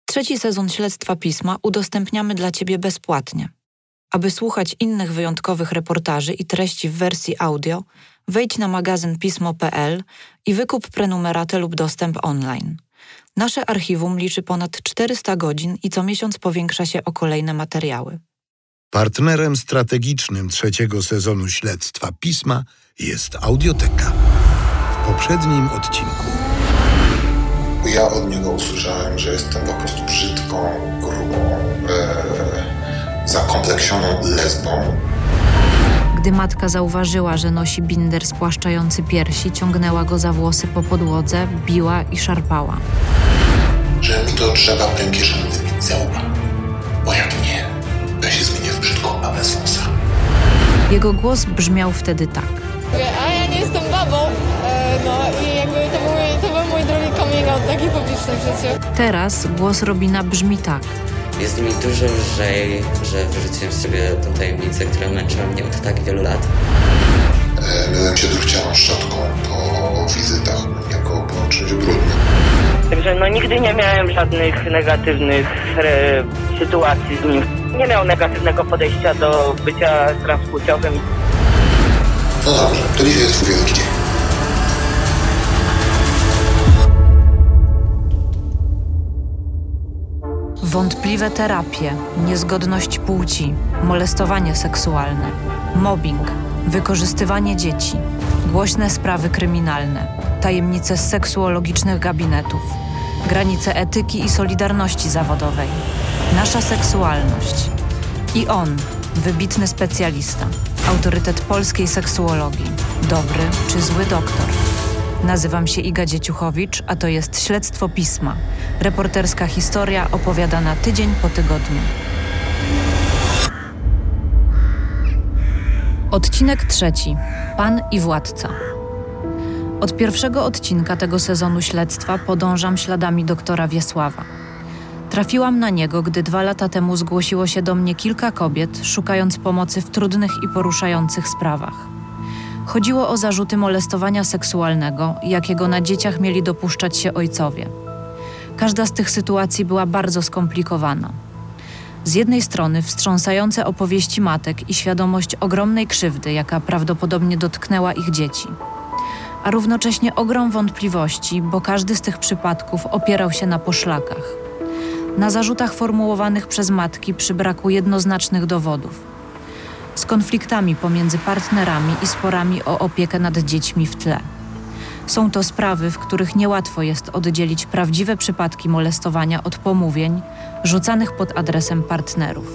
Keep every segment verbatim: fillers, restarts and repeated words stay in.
Trzeci sezon Śledztwa Pisma udostępniamy dla Ciebie bezpłatnie. Aby słuchać innych wyjątkowych reportaży i treści w wersji audio, wejdź na magazyn pismo kropka pe el i wykup prenumeratę lub dostęp online. Nasze archiwum liczy ponad czterysta godzin i co miesiąc powiększa się o kolejne materiały. Partnerem strategicznym trzeciego sezonu Śledztwa Pisma jest Audioteka. W poprzednim odcinku. Ja od niego usłyszałem, że jestem po prostu brzydką, grubą, e, zakompleksioną lesbą. Gdy matka zauważyła, że nosi binder spłaszczający piersi, ciągnęła go za włosy po podłodze, biła i szarpała. Że mi to trzeba pękieszem wybić za łba. Bo jak nie, to się zmienię w brzydką babę z wąsa. Jego głos brzmiał wtedy tak. A ja nie jestem babą, e, no i jakby to był, to był mój drugi coming out taki publiczny w życiu. Teraz głos Robina brzmi tak. Jest mi dużo lżej, że wyrzuciłem sobie tę tajemnicę, która męczyła mnie od tak wielu lat. E, myłem się drucianą szczotką po wizytach u niego po czymś brudnym. Także no nigdy nie miałem żadnych negatywnych e, sytuacji z nim. Nie miał negatywnego podejścia do bycia transpłciowym. No dobrze, to dzisiaj jest twój wielki dzień. Wątpliwe terapie, niezgodność płci, molestowanie seksualne, mobbing, wykorzystywanie dzieci, głośne sprawy kryminalne, tajemnice z seksuologicznych gabinetów, granice etyki i solidarności zawodowej, nasza seksualność. I on, wybitny specjalista, autorytet polskiej seksuologii, dobry czy zły doktor. Nazywam się Iga Dzieciuchowicz, a to jest Śledztwo Pisma, reporterska historia opowiadana tydzień po tygodniu. Odcinek trzeci. Pan i władca. Od pierwszego odcinka tego sezonu śledztwa podążam śladami doktora Wiesława. Trafiłam na niego, gdy dwa lata temu zgłosiło się do mnie kilka kobiet, szukając pomocy w trudnych i poruszających sprawach. Chodziło o zarzuty molestowania seksualnego, jakiego na dzieciach mieli dopuszczać się ojcowie. Każda z tych sytuacji była bardzo skomplikowana. Z jednej strony wstrząsające opowieści matek i świadomość ogromnej krzywdy, jaka prawdopodobnie dotknęła ich dzieci. A równocześnie ogrom wątpliwości, bo każdy z tych przypadków opierał się na poszlakach. Na zarzutach formułowanych przez matki przy braku jednoznacznych dowodów. Z konfliktami pomiędzy partnerami i sporami o opiekę nad dziećmi w tle. Są to sprawy, w których niełatwo jest oddzielić prawdziwe przypadki molestowania od pomówień rzucanych pod adresem partnerów.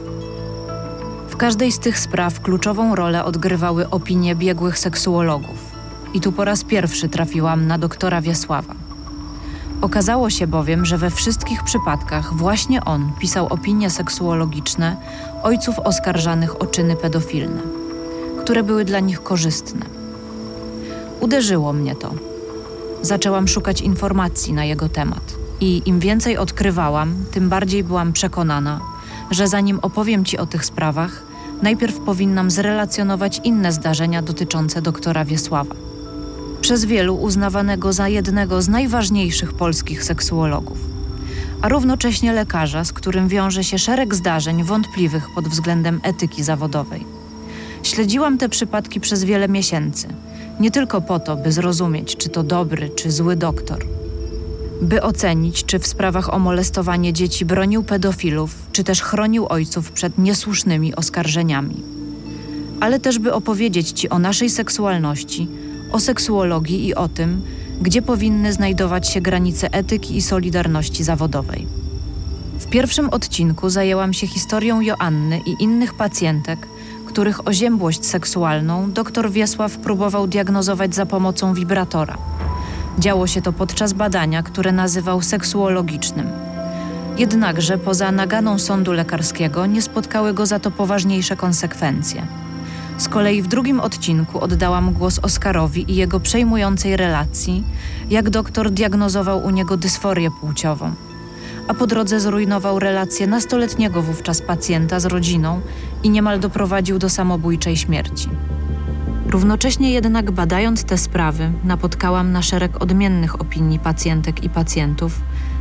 W każdej z tych spraw kluczową rolę odgrywały opinie biegłych seksuologów. I tu po raz pierwszy trafiłam na doktora Wiesława. Okazało się bowiem, że we wszystkich przypadkach właśnie on pisał opinie seksuologiczne ojców oskarżanych o czyny pedofilne, które były dla nich korzystne. Uderzyło mnie to. Zaczęłam szukać informacji na jego temat i im więcej odkrywałam, tym bardziej byłam przekonana, że zanim opowiem Ci o tych sprawach, najpierw powinnam zrelacjonować inne zdarzenia dotyczące doktora Wiesława. Przez wielu uznawanego za jednego z najważniejszych polskich seksuologów, a równocześnie lekarza, z którym wiąże się szereg zdarzeń wątpliwych pod względem etyki zawodowej. Śledziłam te przypadki przez wiele miesięcy, nie tylko po to, by zrozumieć, czy to dobry, czy zły doktor. By ocenić, czy w sprawach o molestowanie dzieci bronił pedofilów, czy też chronił ojców przed niesłusznymi oskarżeniami. Ale też by opowiedzieć Ci o naszej seksualności, o seksuologii i o tym, gdzie powinny znajdować się granice etyki i solidarności zawodowej. W pierwszym odcinku zajęłam się historią Joanny i innych pacjentek, których oziębłość seksualną doktor Wiesław próbował diagnozować za pomocą wibratora. Działo się to podczas badania, które nazywał seksuologicznym. Jednakże poza naganą sądu lekarskiego nie spotkały go za to poważniejsze konsekwencje. Z kolei w drugim odcinku oddałam głos Oskarowi i jego przejmującej relacji, jak doktor diagnozował u niego dysforię płciową, a po drodze zrujnował relację nastoletniego wówczas pacjenta z rodziną i niemal doprowadził do samobójczej śmierci. Równocześnie jednak badając te sprawy, napotkałam na szereg odmiennych opinii pacjentek i pacjentów,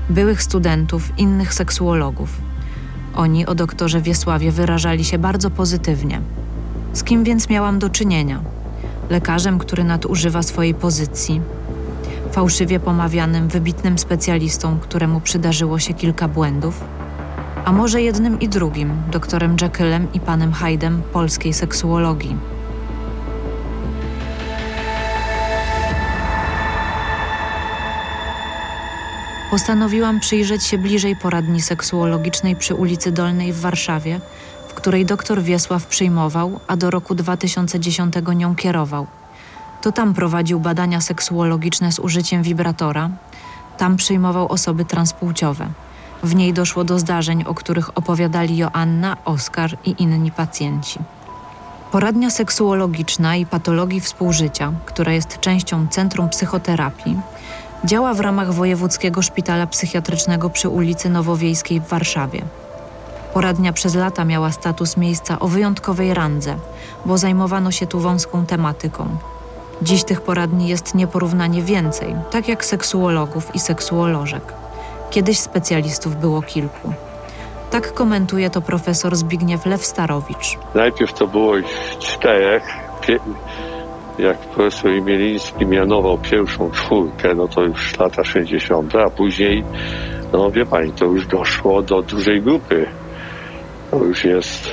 byłych studentów, innych seksuologów. Oni o doktorze Wiesławie wyrażali się bardzo pozytywnie. Z kim więc miałam do czynienia? Lekarzem, który nadużywa swojej pozycji, fałszywie pomawianym, wybitnym specjalistą, któremu przydarzyło się kilka błędów, a może jednym i drugim, doktorem Jekyllem i panem Hyde'em polskiej seksuologii. Postanowiłam przyjrzeć się bliżej poradni seksuologicznej przy ulicy Dolnej w Warszawie, w której doktor Wiesław przyjmował, a do roku dwa tysiące dziesiątego nią kierował. To tam prowadził badania seksuologiczne z użyciem wibratora, tam przyjmował osoby transpłciowe. W niej doszło do zdarzeń, o których opowiadali Joanna, Oskar i inni pacjenci. Poradnia seksuologiczna i patologii współżycia, która jest częścią Centrum Psychoterapii, działa w ramach Wojewódzkiego Szpitala Psychiatrycznego przy ulicy Nowowiejskiej w Warszawie. Poradnia przez lata miała status miejsca o wyjątkowej randze, bo zajmowano się tu wąską tematyką. Dziś tych poradni jest nieporównanie więcej, tak jak seksuologów i seksuolożek. Kiedyś specjalistów było kilku. Tak komentuje to profesor Zbigniew Lewstarowicz. Najpierw to było ich czterech. Jak profesor Imieliński mianował pierwszą czwórkę, no to już lata sześćdziesiąte, a później, no wie pani, to już doszło do dużej grupy. To już jest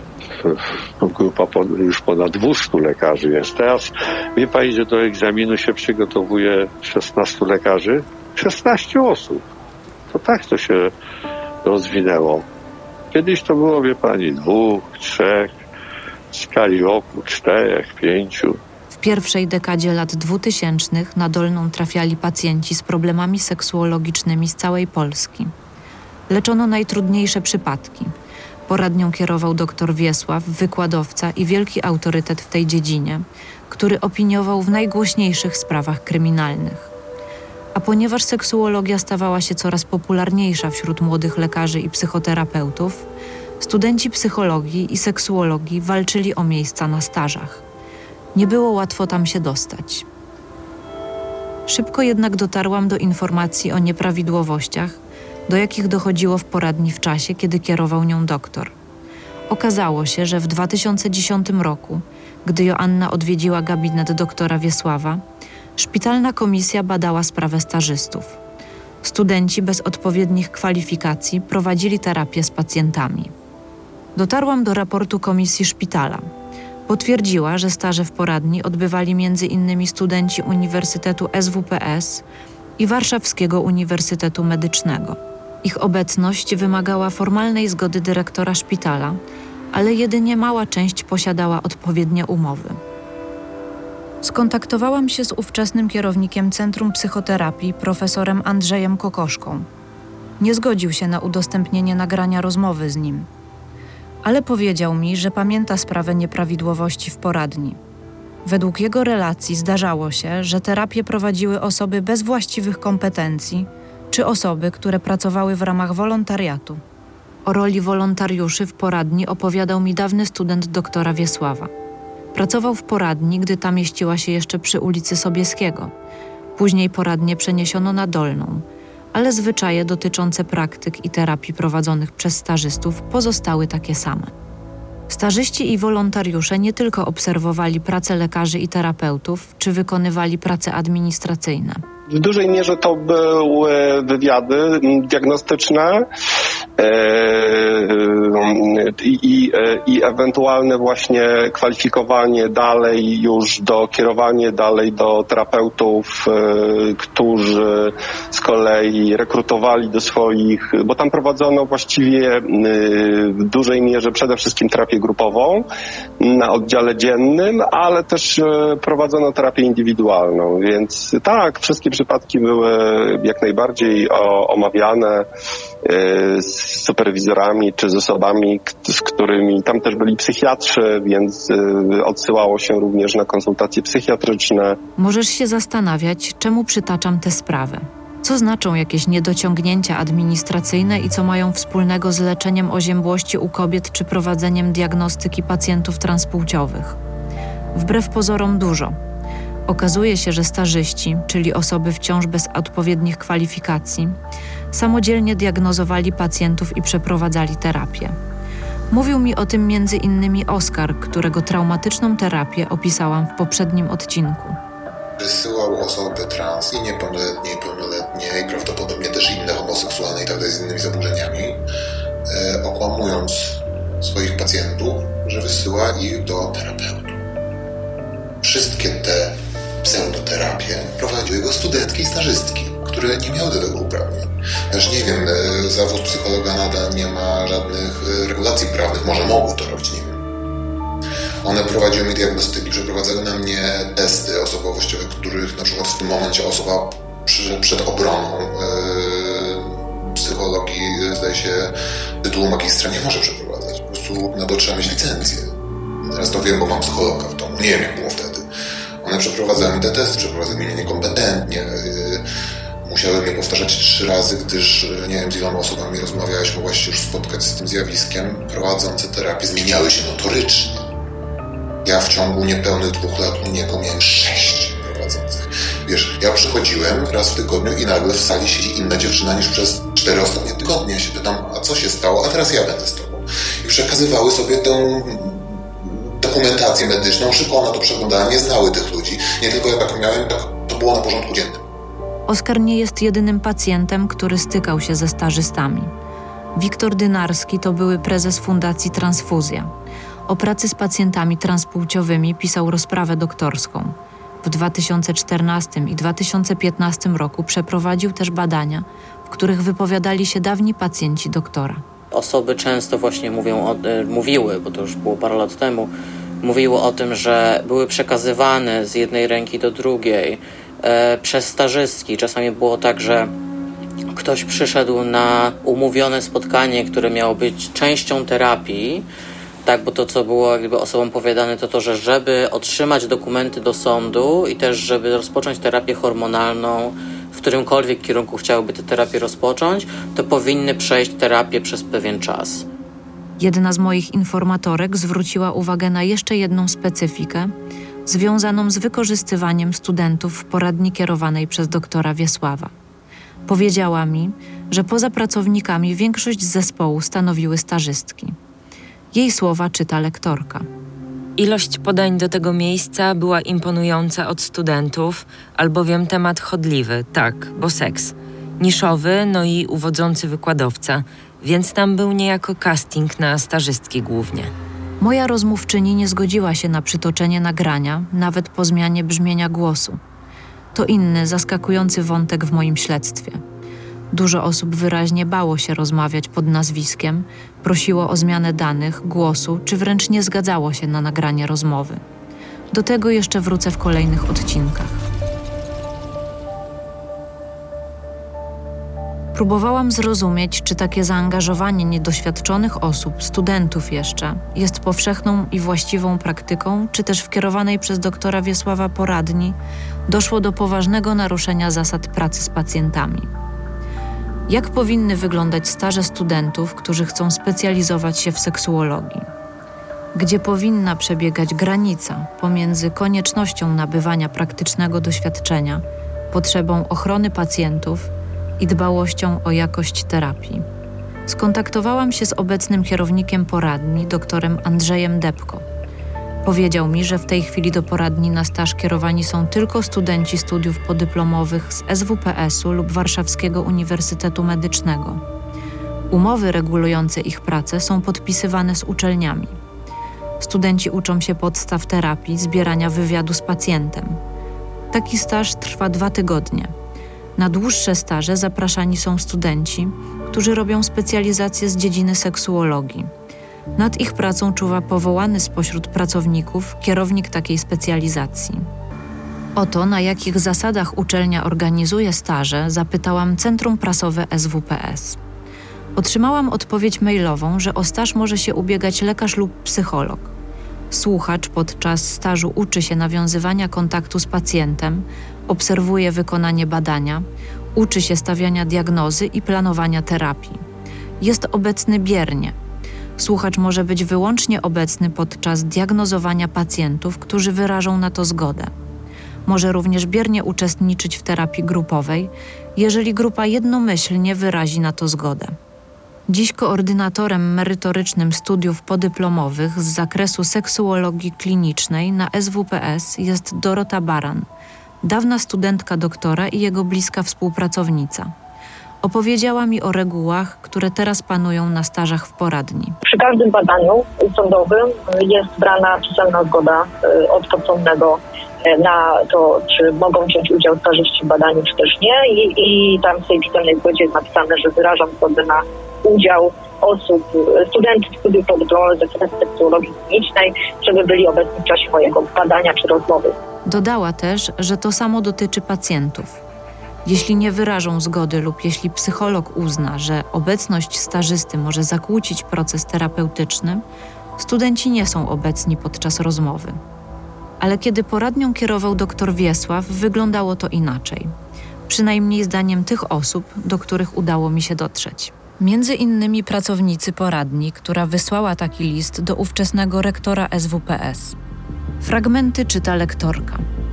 grupa już ponad dwieście lekarzy jest. Teraz wie pani, że do egzaminu się przygotowuje szesnastu lekarzy? szesnaście osób. To tak to się rozwinęło. Kiedyś to było, wie pani, dwóch, trzech, w skali roku czterech, pięciu. W pierwszej dekadzie lat dwutysięcznych na Dolną trafiali pacjenci z problemami seksuologicznymi z całej Polski. Leczono najtrudniejsze przypadki. Poradnią kierował dr Wiesław, wykładowca i wielki autorytet w tej dziedzinie, który opiniował w najgłośniejszych sprawach kryminalnych. A ponieważ seksuologia stawała się coraz popularniejsza wśród młodych lekarzy i psychoterapeutów, studenci psychologii i seksuologii walczyli o miejsca na stażach. Nie było łatwo tam się dostać. Szybko jednak dotarłam do informacji o nieprawidłowościach, do jakich dochodziło w poradni w czasie, kiedy kierował nią doktor. Okazało się, że w dwa tysiące dziesiątym roku, gdy Joanna odwiedziła gabinet doktora Wiesława, szpitalna komisja badała sprawę stażystów. Studenci bez odpowiednich kwalifikacji prowadzili terapię z pacjentami. Dotarłam do raportu komisji szpitala. Potwierdziła, że staże w poradni odbywali między innymi studenci Uniwersytetu S W P S i Warszawskiego Uniwersytetu Medycznego. Ich obecność wymagała formalnej zgody dyrektora szpitala, ale jedynie mała część posiadała odpowiednie umowy. Skontaktowałam się z ówczesnym kierownikiem Centrum Psychoterapii, profesorem Andrzejem Kokoszką. Nie zgodził się na udostępnienie nagrania rozmowy z nim, ale powiedział mi, że pamięta sprawę nieprawidłowości w poradni. Według jego relacji zdarzało się, że terapię prowadziły osoby bez właściwych kompetencji czy osoby, które pracowały w ramach wolontariatu. O roli wolontariuszy w poradni opowiadał mi dawny student doktora Wiesława. Pracował w poradni, gdy ta mieściła się jeszcze przy ulicy Sobieskiego. Później poradnię przeniesiono na Dolną, ale zwyczaje dotyczące praktyk i terapii prowadzonych przez stażystów pozostały takie same. Stażyści i wolontariusze nie tylko obserwowali pracę lekarzy i terapeutów, czy wykonywali prace administracyjne. W dużej mierze to były wywiady diagnostyczne i, i, i ewentualne właśnie kwalifikowanie dalej już do kierowanie dalej do terapeutów, którzy z kolei rekrutowali do swoich, bo tam prowadzono właściwie w dużej mierze przede wszystkim terapię grupową na oddziale dziennym, ale też prowadzono terapię indywidualną, więc tak, wszystkie przypadki były jak najbardziej omawiane z superwizorami czy z osobami, z którymi tam też byli psychiatrzy, więc odsyłało się również na konsultacje psychiatryczne. Możesz się zastanawiać, czemu przytaczam tę sprawę. Co znaczą jakieś niedociągnięcia administracyjne i co mają wspólnego z leczeniem oziębłości u kobiet czy prowadzeniem diagnostyki pacjentów transpłciowych? Wbrew pozorom dużo. Okazuje się, że stażyści, czyli osoby wciąż bez odpowiednich kwalifikacji, samodzielnie diagnozowali pacjentów i przeprowadzali terapię. Mówił mi o tym między innymi Oskar, którego traumatyczną terapię opisałam w poprzednim odcinku. Wysyłał osoby trans i niepełnoletnie, i pełnoletnie, i prawdopodobnie też inne homoseksualne i tak dalej z innymi zaburzeniami, e, okłamując swoich pacjentów, że wysyła ich do terapeutów. Wszystkie te pseudoterapie prowadziły go studentki i stażystki, które nie miały do tego uprawnień. Też nie wiem, zawód psychologa nadal nie ma żadnych regulacji prawnych, może mogą to robić, nie wiem. One prowadziły mi diagnostyki, przeprowadzały na mnie testy osobowościowe, których na przykład w tym momencie osoba przy, przed obroną yy, psychologii, zdaje się, tytułu magistra nie może przeprowadzać. Po prostu na to trzeba mieć licencję. Teraz to wiem, bo mam psychologa w domu. Nie wiem, jak było wtedy. One przeprowadzały mi te testy, przeprowadzały mnie niekompetentnie. Musiały mnie powtarzać trzy razy, gdyż nie wiem, z iloma osobami rozmawiałeś, mogłaś się już spotkać z tym zjawiskiem. Prowadzące terapię zmieniały się notorycznie. Ja w ciągu niepełnych dwóch lat u niego miałem sześć prowadzących. Wiesz, ja przychodziłem raz w tygodniu i nagle w sali siedzi inna dziewczyna niż przez cztery ostatnie tygodnie. Ja się pytam, a co się stało? A teraz ja będę z tobą. I przekazywały sobie tę dokumentację medyczną, szybko ona to przeglądała, nie znały tych ludzi. Nie tylko ja tak miałem, tak to było na porządku dziennym. Oskar nie jest jedynym pacjentem, który stykał się ze stażystami. Wiktor Dynarski to były prezes Fundacji Transfuzja. O pracy z pacjentami transpłciowymi pisał rozprawę doktorską. W dwa tysiące czternastym i dwa tysiące piętnastym roku przeprowadził też badania, w których wypowiadali się dawni pacjenci doktora. Osoby często właśnie mówią o, mówiły, bo to już było parę lat temu, mówiły o tym, że były przekazywane z jednej ręki do drugiej e, przez stażystki. Czasami było tak, że ktoś przyszedł na umówione spotkanie, które miało być częścią terapii, tak, bo to, co było jakby osobom powiedziane, to to, że żeby otrzymać dokumenty do sądu i też żeby rozpocząć terapię hormonalną, w którymkolwiek kierunku chciałyby tę terapię rozpocząć, to powinny przejść terapię przez pewien czas. Jedna z moich informatorek zwróciła uwagę na jeszcze jedną specyfikę związaną z wykorzystywaniem studentów w poradni kierowanej przez doktora Wiesława. Powiedziała mi, że poza pracownikami większość zespołu stanowiły stażystki. Jej słowa czyta lektorka. Ilość podań do tego miejsca była imponująca od studentów, albowiem temat chodliwy, tak, bo seks. Niszowy, no i uwodzący wykładowca, więc tam był niejako casting na stażystki głównie. Moja rozmówczyni nie zgodziła się na przytoczenie nagrania, nawet po zmianie brzmienia głosu. To inny, zaskakujący wątek w moim śledztwie. Dużo osób wyraźnie bało się rozmawiać pod nazwiskiem, prosiło o zmianę danych, głosu, czy wręcz nie zgadzało się na nagranie rozmowy. Do tego jeszcze wrócę w kolejnych odcinkach. Próbowałam zrozumieć, czy takie zaangażowanie niedoświadczonych osób, studentów jeszcze, jest powszechną i właściwą praktyką, czy też w kierowanej przez doktora Wiesława poradni doszło do poważnego naruszenia zasad pracy z pacjentami. Jak powinny wyglądać staże studentów, którzy chcą specjalizować się w seksuologii? Gdzie powinna przebiegać granica pomiędzy koniecznością nabywania praktycznego doświadczenia, potrzebą ochrony pacjentów i dbałością o jakość terapii? Skontaktowałam się z obecnym kierownikiem poradni, doktorem Andrzejem Depko. Powiedział mi, że w tej chwili do poradni na staż kierowani są tylko studenci studiów podyplomowych z S W P S u lub Warszawskiego Uniwersytetu Medycznego. Umowy regulujące ich pracę są podpisywane z uczelniami. Studenci uczą się podstaw terapii, zbierania wywiadu z pacjentem. Taki staż trwa dwa tygodnie. Na dłuższe staże zapraszani są studenci, którzy robią specjalizację z dziedziny seksuologii. Nad ich pracą czuwa powołany spośród pracowników kierownik takiej specjalizacji. O to, na jakich zasadach uczelnia organizuje staże, zapytałam Centrum Prasowe S W P S. Otrzymałam odpowiedź mailową, że o staż może się ubiegać lekarz lub psycholog. Słuchacz podczas stażu uczy się nawiązywania kontaktu z pacjentem, obserwuje wykonanie badania, uczy się stawiania diagnozy i planowania terapii. Jest obecny biernie. Słuchacz może być wyłącznie obecny podczas diagnozowania pacjentów, którzy wyrażą na to zgodę. Może również biernie uczestniczyć w terapii grupowej, jeżeli grupa jednomyślnie wyrazi na to zgodę. Dziś koordynatorem merytorycznym studiów podyplomowych z zakresu seksuologii klinicznej na S W P S jest Dorota Baran, dawna studentka doktora i jego bliska współpracownica. Opowiedziała mi o regułach, które teraz panują na stażach w poradni. Przy każdym badaniu sądowym jest brana pisemna zgoda od podsądnego na to, czy mogą wziąć udział stażyści w badaniu, czy też nie. I, i tam w tej pisemnej zgodzie jest napisane, że wyrażam zgodę na udział osób, studentów studiów podyplomowych z zakresu seksuologii klinicznej, żeby byli obecni w czasie mojego badania czy rozmowy. Dodała też, że to samo dotyczy pacjentów. Jeśli nie wyrażą zgody lub jeśli psycholog uzna, że obecność stażysty może zakłócić proces terapeutyczny, studenci nie są obecni podczas rozmowy. Ale kiedy poradnią kierował dr Wiesław, wyglądało to inaczej. Przynajmniej zdaniem tych osób, do których udało mi się dotrzeć. Między innymi pracownicy poradni, która wysłała taki list do ówczesnego rektora S W P S. Fragmenty czyta lektorka.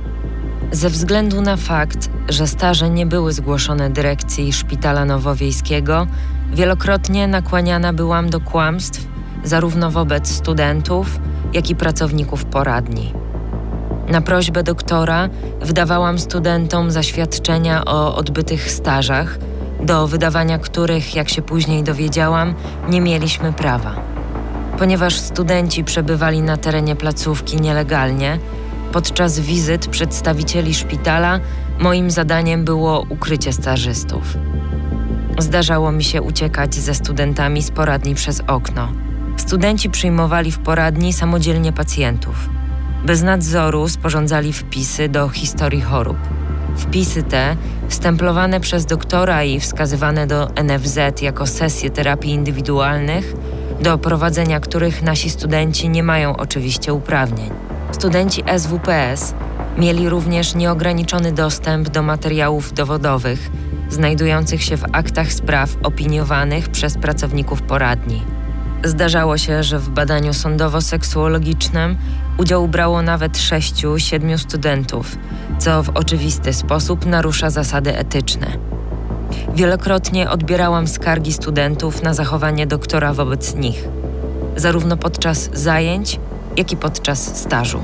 Ze względu na fakt, że staże nie były zgłoszone dyrekcji Szpitala Nowowiejskiego, wielokrotnie nakłaniana byłam do kłamstw zarówno wobec studentów, jak i pracowników poradni. Na prośbę doktora wydawałam studentom zaświadczenia o odbytych stażach, do wydawania których, jak się później dowiedziałam, nie mieliśmy prawa. Ponieważ studenci przebywali na terenie placówki nielegalnie, podczas wizyt przedstawicieli szpitala moim zadaniem było ukrycie stażystów. Zdarzało mi się uciekać ze studentami z poradni przez okno. Studenci przyjmowali w poradni samodzielnie pacjentów. Bez nadzoru sporządzali wpisy do historii chorób. Wpisy te, stemplowane przez doktora i wskazywane do N F Z jako sesje terapii indywidualnych, do prowadzenia których nasi studenci nie mają oczywiście uprawnień. Studenci S W P S mieli również nieograniczony dostęp do materiałów dowodowych znajdujących się w aktach spraw opiniowanych przez pracowników poradni. Zdarzało się, że w badaniu sądowo-seksuologicznym udział brało nawet sześciu, siedmiu studentów, co w oczywisty sposób narusza zasady etyczne. Wielokrotnie odbierałam skargi studentów na zachowanie doktora wobec nich, zarówno podczas zajęć, jak i podczas stażu.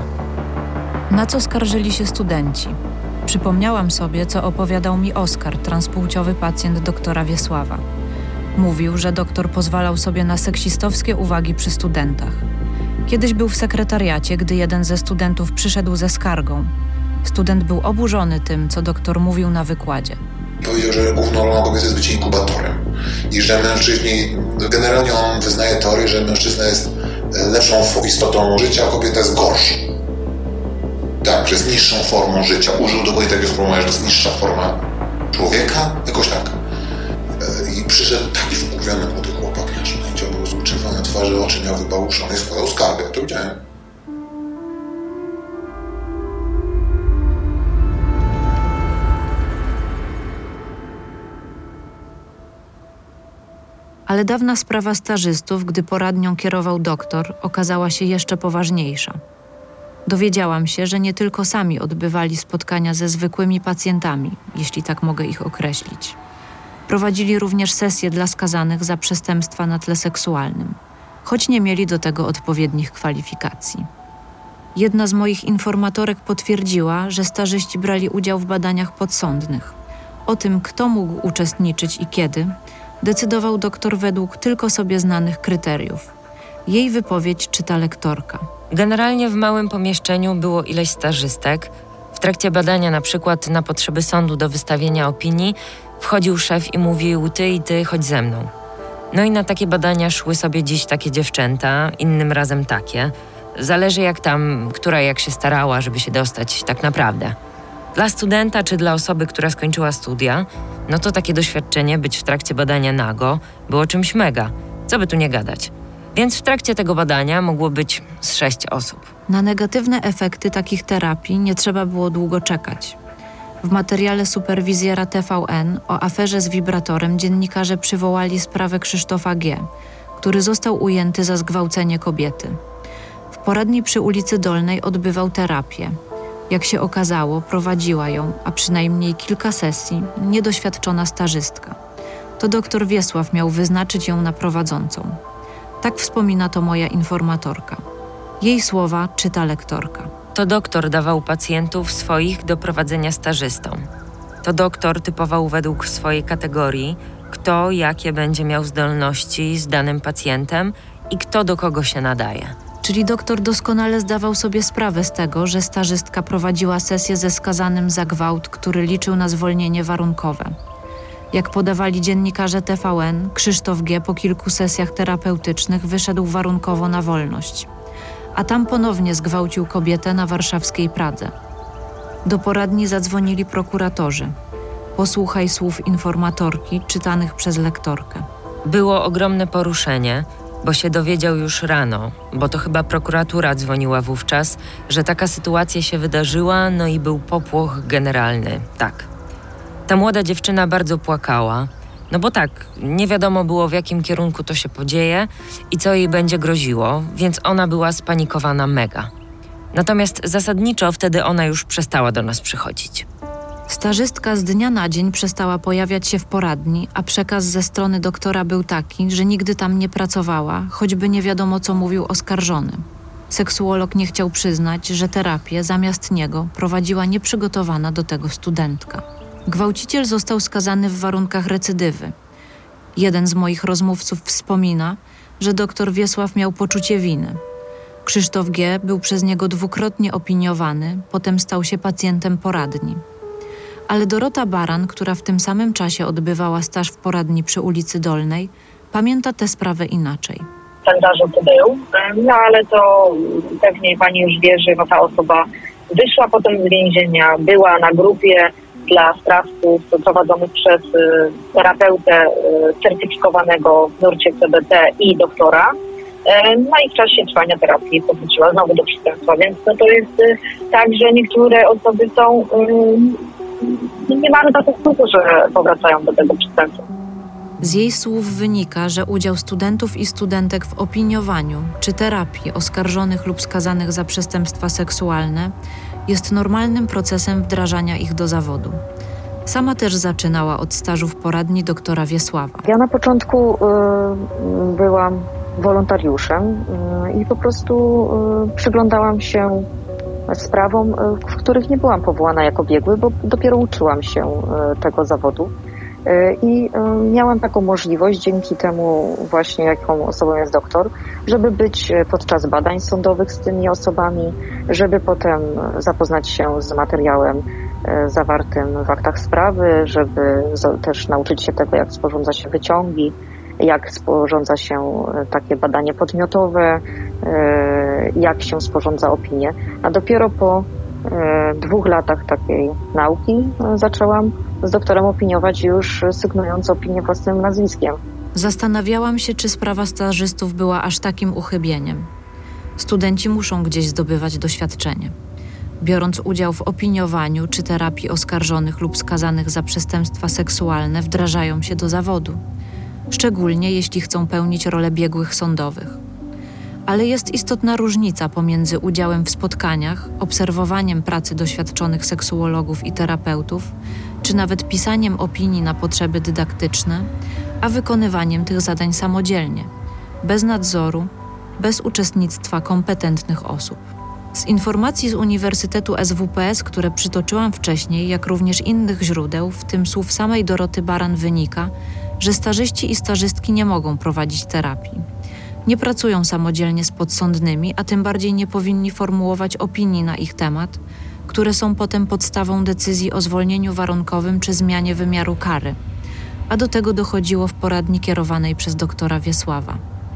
Na co skarżyli się studenci? Przypomniałam sobie, co opowiadał mi Oskar, transpłciowy pacjent doktora Wiesława. Mówił, że doktor pozwalał sobie na seksistowskie uwagi przy studentach. Kiedyś był w sekretariacie, gdy jeden ze studentów przyszedł ze skargą. Student był oburzony tym, co doktor mówił na wykładzie. Powiedział, że główną rolą kobiety jest bycie inkubatorem i że mężczyźni, generalnie on wyznaje teorię, że mężczyzna jest lepszą istotą życia, a kobieta jest gorsza. Tak, że jest niższą formą życia. Użył dokładnie takiego sformułowania, że to jest niższa forma człowieka, jakoś tak. I przyszedł taki wkurwiony młody chłopak, aż będzie był z uczerwone twarzy, oczy miał wybałuszone i składał skargę. To widziałem. Ale dawna sprawa stażystów, gdy poradnią kierował doktor, okazała się jeszcze poważniejsza. Dowiedziałam się, że nie tylko sami odbywali spotkania ze zwykłymi pacjentami, jeśli tak mogę ich określić. Prowadzili również sesje dla skazanych za przestępstwa na tle seksualnym, choć nie mieli do tego odpowiednich kwalifikacji. Jedna z moich informatorek potwierdziła, że stażyści brali udział w badaniach podsądnych. O tym, kto mógł uczestniczyć i kiedy, decydował doktor według tylko sobie znanych kryteriów. Jej wypowiedź czyta lektorka. Generalnie w małym pomieszczeniu było ileś stażystek. W trakcie badania, na przykład na potrzeby sądu do wystawienia opinii, wchodził szef i mówił: ty i ty, chodź ze mną. No i na takie badania szły sobie dziś takie dziewczęta, innym razem takie. Zależy jak tam, która jak się starała, żeby się dostać tak naprawdę. Dla studenta czy dla osoby, która skończyła studia, no to takie doświadczenie, być w trakcie badania nago, było czymś mega. Co by tu nie gadać. Więc w trakcie tego badania mogło być z sześć osób. Na negatywne efekty takich terapii nie trzeba było długo czekać. W materiale superwizjera T V N o aferze z wibratorem dziennikarze przywołali sprawę Krzysztofa G., który został ujęty za zgwałcenie kobiety. W poradni przy ulicy Dolnej odbywał terapię. Jak się okazało, prowadziła ją, a przynajmniej kilka sesji, niedoświadczona stażystka. To doktor Wiesław miał wyznaczyć ją na prowadzącą. Tak wspomina to moja informatorka. Jej słowa czyta lektorka. To doktor dawał pacjentów swoich do prowadzenia stażystom. To doktor typował według swojej kategorii, kto jakie będzie miał zdolności z danym pacjentem i kto do kogo się nadaje. Czyli doktor doskonale zdawał sobie sprawę z tego, że stażystka prowadziła sesję ze skazanym za gwałt, który liczył na zwolnienie warunkowe. Jak podawali dziennikarze T V N, Krzysztof G. po kilku sesjach terapeutycznych wyszedł warunkowo na wolność. A tam ponownie zgwałcił kobietę na warszawskiej Pradze. Do poradni zadzwonili prokuratorzy. Posłuchaj słów informatorki czytanych przez lektorkę. Było ogromne poruszenie, bo się dowiedział już rano, bo to chyba prokuratura dzwoniła wówczas, że taka sytuacja się wydarzyła, no i był popłoch generalny, tak. Ta młoda dziewczyna bardzo płakała, no bo tak, nie wiadomo było, w jakim kierunku to się podzieje i co jej będzie groziło, więc ona była spanikowana mega. Natomiast zasadniczo wtedy ona już przestała do nas przychodzić. Stażystka z dnia na dzień przestała pojawiać się w poradni, a przekaz ze strony doktora był taki, że nigdy tam nie pracowała, choćby nie wiadomo, co mówił oskarżony. Seksuolog nie chciał przyznać, że terapię zamiast niego prowadziła nieprzygotowana do tego studentka. Gwałciciel został skazany w warunkach recydywy. Jeden z moich rozmówców wspomina, że doktor Wiesław miał poczucie winy. Krzysztof G. był przez niego dwukrotnie opiniowany, potem stał się pacjentem poradni. Ale Dorota Baran, która w tym samym czasie odbywała staż w poradni przy ulicy Dolnej, pamięta tę sprawę inaczej. Ten zarzut był, no ale to pewnie pani już wie, że ta osoba wyszła potem z więzienia, była na grupie dla sprawców prowadzonych przez y, terapeutę y, certyfikowanego w nurcie C B T i doktora. Y, no i w czasie trwania terapii powróciła znowu do przestępstwa, więc no to jest y, tak, że niektóre osoby są... Y, nie mamy takiego skutku, że powracają do tego przestępstwa. Z jej słów wynika, że udział studentów i studentek w opiniowaniu czy terapii oskarżonych lub skazanych za przestępstwa seksualne jest normalnym procesem wdrażania ich do zawodu. Sama też zaczynała od stażu w poradni doktora Wiesława. Ja na początku y, byłam wolontariuszem y, i po prostu y, przyglądałam się sprawom, y, w których nie byłam powołana jako biegły, bo dopiero uczyłam się y, tego zawodu. I miałam taką możliwość, dzięki temu właśnie jaką osobą jest doktor, żeby być podczas badań sądowych z tymi osobami, żeby potem zapoznać się z materiałem zawartym w aktach sprawy, żeby też nauczyć się tego, jak sporządza się wyciągi, jak sporządza się takie badanie podmiotowe, jak się sporządza opinię. A dopiero po dwóch latach takiej nauki zaczęłam z doktorem opiniować, już sygnując opinię własnym nazwiskiem. Zastanawiałam się, czy sprawa stażystów była aż takim uchybieniem. Studenci muszą gdzieś zdobywać doświadczenie. Biorąc udział w opiniowaniu czy terapii oskarżonych lub skazanych za przestępstwa seksualne, wdrażają się do zawodu. Szczególnie jeśli chcą pełnić rolę biegłych sądowych. Ale jest istotna różnica pomiędzy udziałem w spotkaniach, obserwowaniem pracy doświadczonych seksuologów i terapeutów, czy nawet pisaniem opinii na potrzeby dydaktyczne, a wykonywaniem tych zadań samodzielnie, bez nadzoru, bez uczestnictwa kompetentnych osób. Z informacji z Uniwersytetu S W P S, które przytoczyłam wcześniej, jak również innych źródeł, w tym słów samej Doroty Baran wynika, że stażyści i stażystki nie mogą prowadzić terapii. Nie pracują samodzielnie z podsądnymi, a tym bardziej nie powinni formułować opinii na ich temat, które są potem podstawą decyzji o zwolnieniu warunkowym czy zmianie wymiaru kary. A do tego dochodziło w poradni kierowanej przez doktora Wiesława.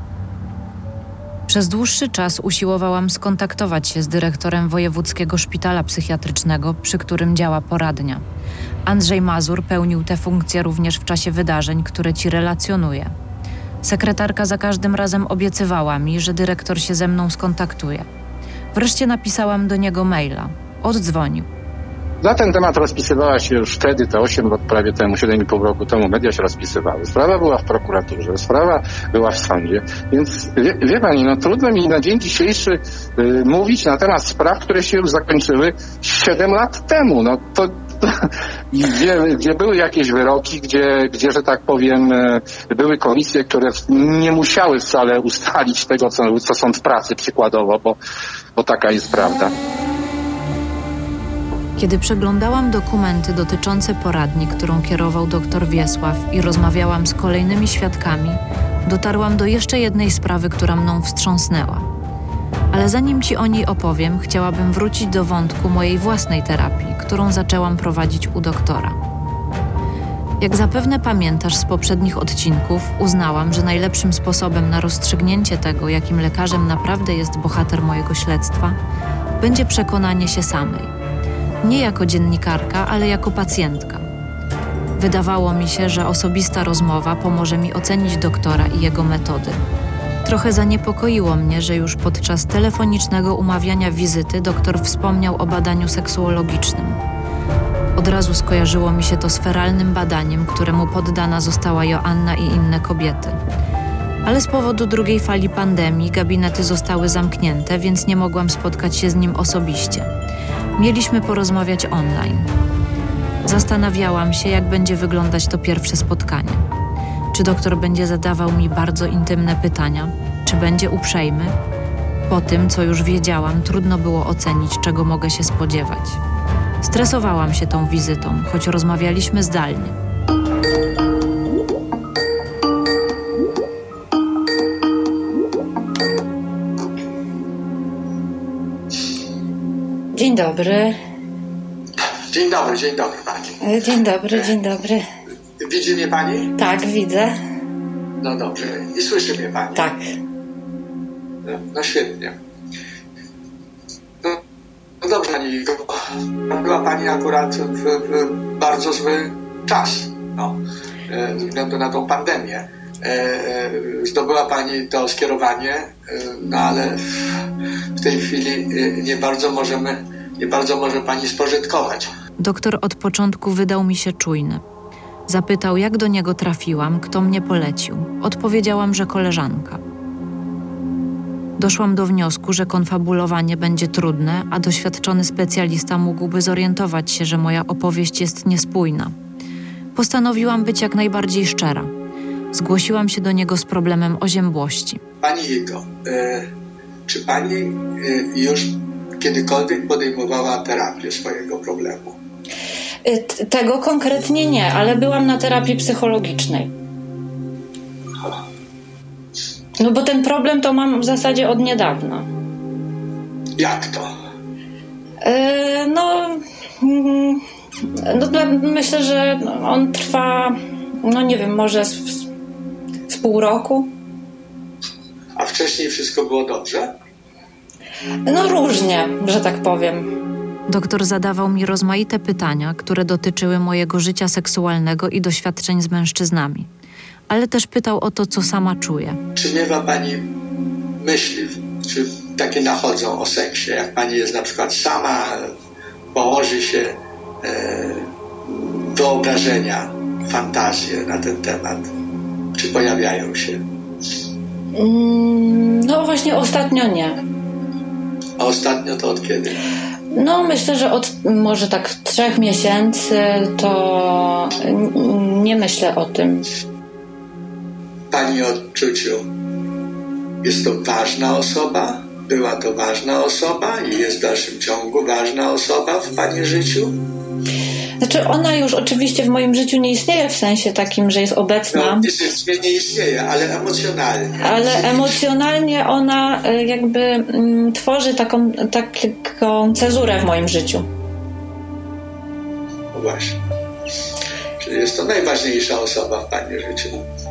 Przez dłuższy czas usiłowałam skontaktować się z dyrektorem Wojewódzkiego Szpitala Psychiatrycznego, przy którym działa poradnia. Andrzej Mazur pełnił tę funkcję również w czasie wydarzeń, które ci relacjonuję. Sekretarka za każdym razem obiecywała mi, że dyrektor się ze mną skontaktuje. Wreszcie napisałam do niego maila. Oddzwonił. Na ten temat rozpisywała się już wtedy, te osiem lat prawie temu, siedem i pół roku temu, media się rozpisywały. Sprawa była w prokuraturze, sprawa była w sądzie, więc wie, wie pani, no trudno mi na dzień dzisiejszy y, mówić na temat spraw, które się już zakończyły siedem lat temu. No to, to gdzie, gdzie były jakieś wyroki, gdzie, gdzie, że tak powiem, y, były komisje, które nie musiały wcale ustalić tego, co, co sąd pracy przykładowo, bo, bo taka jest prawda. Kiedy przeglądałam dokumenty dotyczące poradni, którą kierował dr Wiesław i rozmawiałam z kolejnymi świadkami, dotarłam do jeszcze jednej sprawy, która mną wstrząsnęła. Ale zanim ci o niej opowiem, chciałabym wrócić do wątku mojej własnej terapii, którą zaczęłam prowadzić u doktora. Jak zapewne pamiętasz z poprzednich odcinków, uznałam, że najlepszym sposobem na rozstrzygnięcie tego, jakim lekarzem naprawdę jest bohater mojego śledztwa, będzie przekonanie się samej. Nie jako dziennikarka, ale jako pacjentka. Wydawało mi się, że osobista rozmowa pomoże mi ocenić doktora i jego metody. Trochę zaniepokoiło mnie, że już podczas telefonicznego umawiania wizyty doktor wspomniał o badaniu seksuologicznym. Od razu skojarzyło mi się to z feralnym badaniem, któremu poddana została Joanna i inne kobiety. Ale z powodu drugiej fali pandemii gabinety zostały zamknięte, więc nie mogłam spotkać się z nim osobiście. Mieliśmy porozmawiać online. Zastanawiałam się, jak będzie wyglądać to pierwsze spotkanie. Czy doktor będzie zadawał mi bardzo intymne pytania? Czy będzie uprzejmy? Po tym, co już wiedziałam, trudno było ocenić, czego mogę się spodziewać. Stresowałam się tą wizytą, choć rozmawialiśmy zdalnie. Dzień dobry. Dzień dobry, dzień dobry pani. Dzień dobry, dzień dobry. Widzi mnie pani? Tak, widzę. No dobrze. I słyszy mnie pani? Tak. No, no świetnie. No, no dobrze pani, była pani akurat w, w bardzo zły czas, no, ze względu na tą pandemię. Zdobyła pani to skierowanie, no ale w tej chwili nie bardzo możemy, nie bardzo może pani spożytkować. Doktor od początku wydał mi się czujny. Zapytał, jak do niego trafiłam, kto mnie polecił. Odpowiedziałam, że koleżanka. Doszłam do wniosku, że konfabulowanie będzie trudne, a doświadczony specjalista mógłby zorientować się, że moja opowieść jest niespójna. Postanowiłam być jak najbardziej szczera. Zgłosiłam się do niego z problemem oziębłości. Pani Igo, e, czy pani e, już kiedykolwiek podejmowała terapię swojego problemu? T- tego konkretnie nie, ale byłam na terapii psychologicznej. No bo ten problem to mam w zasadzie od niedawna. Jak to? E, no, mm, no, myślę, że on trwa, no nie wiem, może z, z pół roku. A wcześniej wszystko było dobrze? No różnie, że tak powiem. Doktor zadawał mi rozmaite pytania, które dotyczyły mojego życia seksualnego i doświadczeń z mężczyznami. Ale też pytał o to, co sama czuję. Czy miewa pani myśli, czy takie nachodzą o seksie, jak pani jest na przykład sama, położy się e, wyobrażenia, fantazje na ten temat? Czy pojawiają się? No właśnie ostatnio nie. A ostatnio to od kiedy? No myślę, że od może tak trzech miesięcy to nie myślę o tym. Pani odczuciu, jest to ważna osoba? Była to ważna osoba i jest w dalszym ciągu ważna osoba w pani życiu? Znaczy ona już oczywiście w moim życiu nie istnieje w sensie takim, że jest obecna. No, fizycznie nie istnieje, ale emocjonalnie. Ale emocjonalnie ona jakby mm, tworzy taką, taką cezurę w moim życiu. No właśnie. Czyli jest to najważniejsza osoba w pani życiu.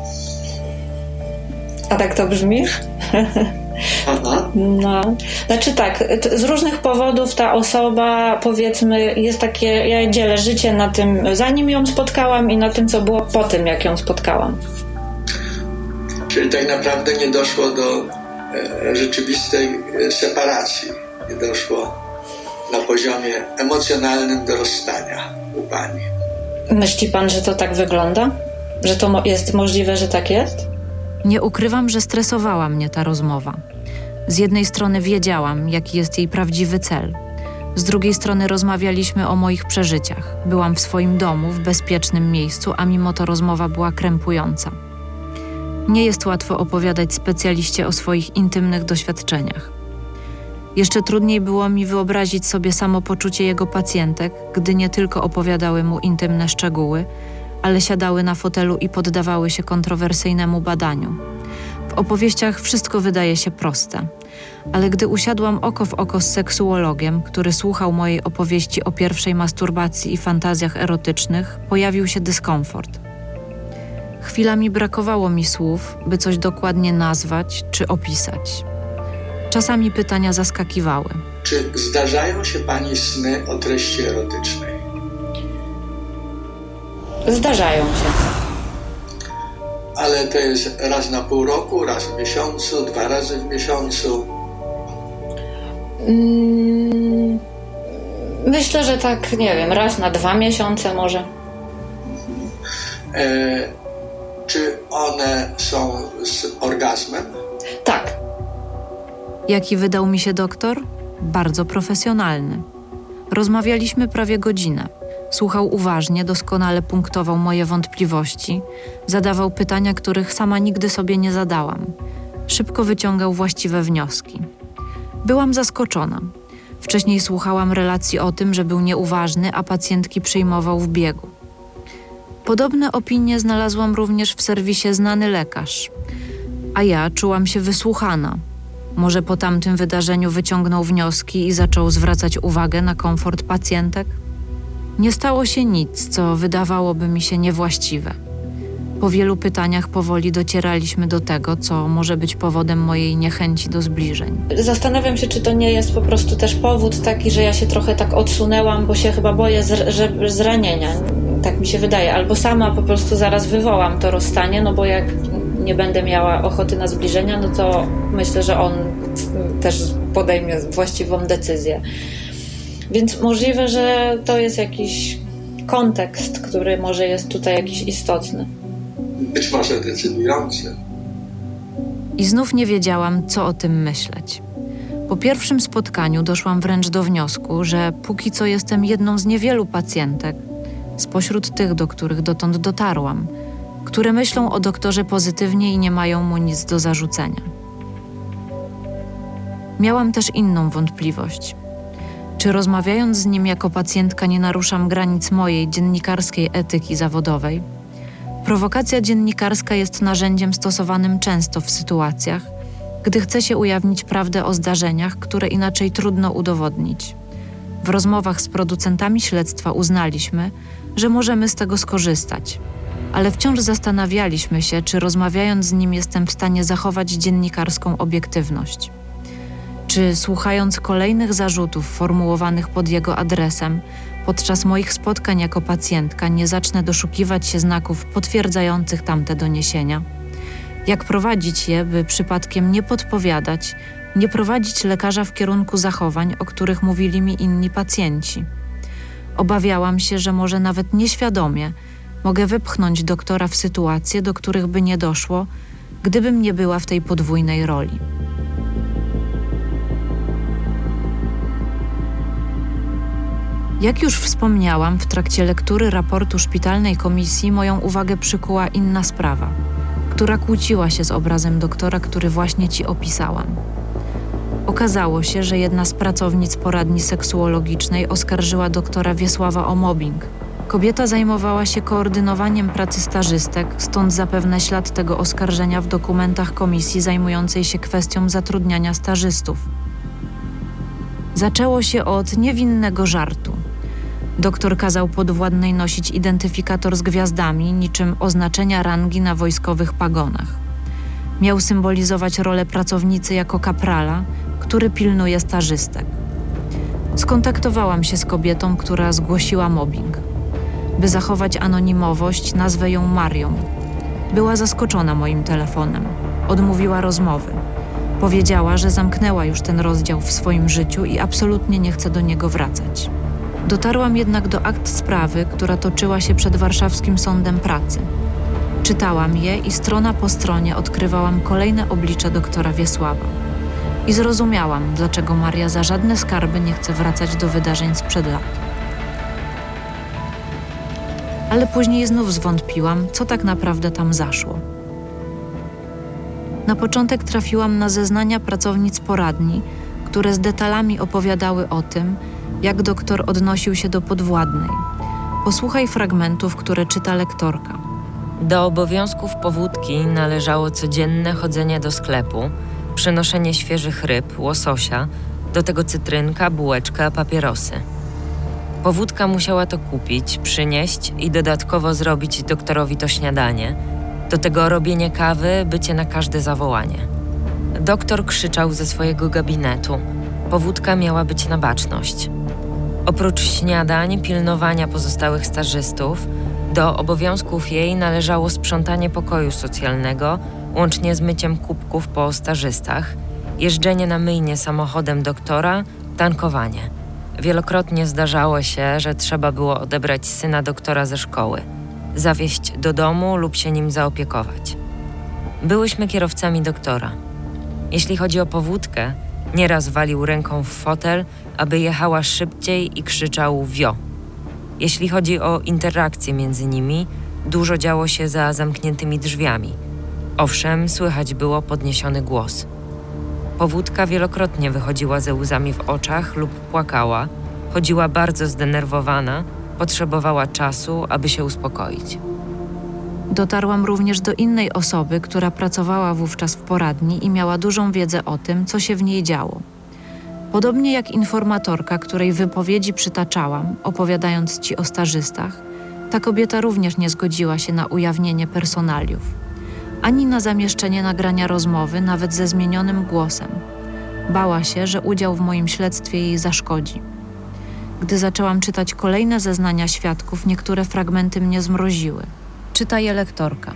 A tak to brzmi? Aha. No, znaczy tak, z różnych powodów ta osoba, powiedzmy, jest takie, ja dzielę życie na tym, zanim ją spotkałam i na tym, co było po tym, jak ją spotkałam. Czyli tak naprawdę nie doszło do e, rzeczywistej separacji, nie doszło na poziomie emocjonalnym do rozstania u pani. Myśli pan, że to tak wygląda? Że to mo- jest możliwe, że tak jest? Nie ukrywam, że stresowała mnie ta rozmowa. Z jednej strony wiedziałam, jaki jest jej prawdziwy cel. Z drugiej strony rozmawialiśmy o moich przeżyciach. Byłam w swoim domu, w bezpiecznym miejscu, a mimo to rozmowa była krępująca. Nie jest łatwo opowiadać specjaliście o swoich intymnych doświadczeniach. Jeszcze trudniej było mi wyobrazić sobie samopoczucie jego pacjentek, gdy nie tylko opowiadały mu intymne szczegóły, ale siadały na fotelu i poddawały się kontrowersyjnemu badaniu. W opowieściach wszystko wydaje się proste, ale gdy usiadłam oko w oko z seksuologiem, który słuchał mojej opowieści o pierwszej masturbacji i fantazjach erotycznych, pojawił się dyskomfort. Chwilami brakowało mi słów, by coś dokładnie nazwać czy opisać. Czasami pytania zaskakiwały. Czy zdarzają się pani sny o treści erotycznej? Zdarzają się. Ale to jest raz na pół roku, raz w miesiącu, dwa razy w miesiącu? Mm, myślę, że tak, nie wiem, raz na dwa miesiące może. E, czy one są z orgazmem? Tak. Jaki wydał mi się doktor? Bardzo profesjonalny. Rozmawialiśmy prawie godzinę. Słuchał uważnie, doskonale punktował moje wątpliwości, zadawał pytania, których sama nigdy sobie nie zadałam. Szybko wyciągał właściwe wnioski. Byłam zaskoczona. Wcześniej słuchałam relacji o tym, że był nieuważny, a pacjentki przyjmował w biegu. Podobne opinie znalazłam również w serwisie Znany Lekarz. A ja czułam się wysłuchana. Może po tamtym wydarzeniu wyciągnął wnioski i zaczął zwracać uwagę na komfort pacjentek? Nie stało się nic, co wydawałoby mi się niewłaściwe. Po wielu pytaniach powoli docieraliśmy do tego, co może być powodem mojej niechęci do zbliżeń. Zastanawiam się, czy to nie jest po prostu też powód taki, że ja się trochę tak odsunęłam, bo się chyba boję z, że, zranienia. Tak mi się wydaje. Albo sama po prostu zaraz wywołam to rozstanie, no bo jak nie będę miała ochoty na zbliżenia, no to myślę, że on też podejmie właściwą decyzję. Więc możliwe, że to jest jakiś kontekst, który może jest tutaj jakiś istotny. Być może decydujący. I znów nie wiedziałam, co o tym myśleć. Po pierwszym spotkaniu doszłam wręcz do wniosku, że póki co jestem jedną z niewielu pacjentek, spośród tych, do których dotąd dotarłam, które myślą o doktorze pozytywnie i nie mają mu nic do zarzucenia. Miałam też inną wątpliwość. Czy rozmawiając z nim jako pacjentka nie naruszam granic mojej dziennikarskiej etyki zawodowej? Prowokacja dziennikarska jest narzędziem stosowanym często w sytuacjach, gdy chce się ujawnić prawdę o zdarzeniach, które inaczej trudno udowodnić. W rozmowach z producentami śledztwa uznaliśmy, że możemy z tego skorzystać, ale wciąż zastanawialiśmy się, czy rozmawiając z nim jestem w stanie zachować dziennikarską obiektywność. Czy słuchając kolejnych zarzutów formułowanych pod jego adresem, podczas moich spotkań jako pacjentka nie zacznę doszukiwać się znaków potwierdzających tamte doniesienia? Jak prowadzić je, by przypadkiem nie podpowiadać, nie prowadzić lekarza w kierunku zachowań, o których mówili mi inni pacjenci? Obawiałam się, że może nawet nieświadomie mogę wypchnąć doktora w sytuacje, do których by nie doszło, gdybym nie była w tej podwójnej roli. Jak już wspomniałam, w trakcie lektury raportu szpitalnej komisji moją uwagę przykuła inna sprawa, która kłóciła się z obrazem doktora, który właśnie ci opisałam. Okazało się, że jedna z pracownic poradni seksuologicznej oskarżyła doktora Wiesława o mobbing. Kobieta zajmowała się koordynowaniem pracy stażystek, stąd zapewne ślad tego oskarżenia w dokumentach komisji zajmującej się kwestią zatrudniania stażystów. Zaczęło się od niewinnego żartu. Doktor kazał podwładnej nosić identyfikator z gwiazdami, niczym oznaczenia rangi na wojskowych pagonach. Miał symbolizować rolę pracownicy jako kaprala, który pilnuje stażystek. Skontaktowałam się z kobietą, która zgłosiła mobbing. By zachować anonimowość, nazwę ją Marią. Była zaskoczona moim telefonem. Odmówiła rozmowy. Powiedziała, że zamknęła już ten rozdział w swoim życiu i absolutnie nie chce do niego wracać. Dotarłam jednak do akt sprawy, która toczyła się przed warszawskim Sądem Pracy. Czytałam je i strona po stronie odkrywałam kolejne oblicze doktora Wiesława. I zrozumiałam, dlaczego Maria za żadne skarby nie chce wracać do wydarzeń sprzed lat. Ale później znów zwątpiłam, co tak naprawdę tam zaszło. Na początek trafiłam na zeznania pracownic poradni, które z detalami opowiadały o tym, jak doktor odnosił się do podwładnej. Posłuchaj fragmentów, które czyta lektorka. Do obowiązków powódki należało codzienne chodzenie do sklepu, przynoszenie świeżych ryb, łososia, do tego cytrynka, bułeczka, papierosy. Powódka musiała to kupić, przynieść i dodatkowo zrobić doktorowi to śniadanie, do tego robienie kawy, bycie na każde zawołanie. Doktor krzyczał ze swojego gabinetu. Powódka miała być na baczność. Oprócz śniadań, pilnowania pozostałych stażystów, do obowiązków jej należało sprzątanie pokoju socjalnego, łącznie z myciem kubków po stażystach, jeżdżenie na myjnię samochodem doktora, tankowanie. Wielokrotnie zdarzało się, że trzeba było odebrać syna doktora ze szkoły, zawieźć do domu lub się nim zaopiekować. Byłyśmy kierowcami doktora. Jeśli chodzi o powódkę, nieraz walił ręką w fotel, aby jechała szybciej i krzyczał wio. Jeśli chodzi o interakcje między nimi, dużo działo się za zamkniętymi drzwiami. Owszem, słychać było podniesiony głos. Powódka wielokrotnie wychodziła ze łzami w oczach lub płakała, chodziła bardzo zdenerwowana, potrzebowała czasu, aby się uspokoić. Dotarłam również do innej osoby, która pracowała wówczas w poradni i miała dużą wiedzę o tym, co się w niej działo. Podobnie jak informatorka, której wypowiedzi przytaczałam, opowiadając ci o stażystach, ta kobieta również nie zgodziła się na ujawnienie personaliów, ani na zamieszczenie nagrania rozmowy, nawet ze zmienionym głosem. Bała się, że udział w moim śledztwie jej zaszkodzi. Gdy zaczęłam czytać kolejne zeznania świadków, niektóre fragmenty mnie zmroziły. Czyta je lektorka.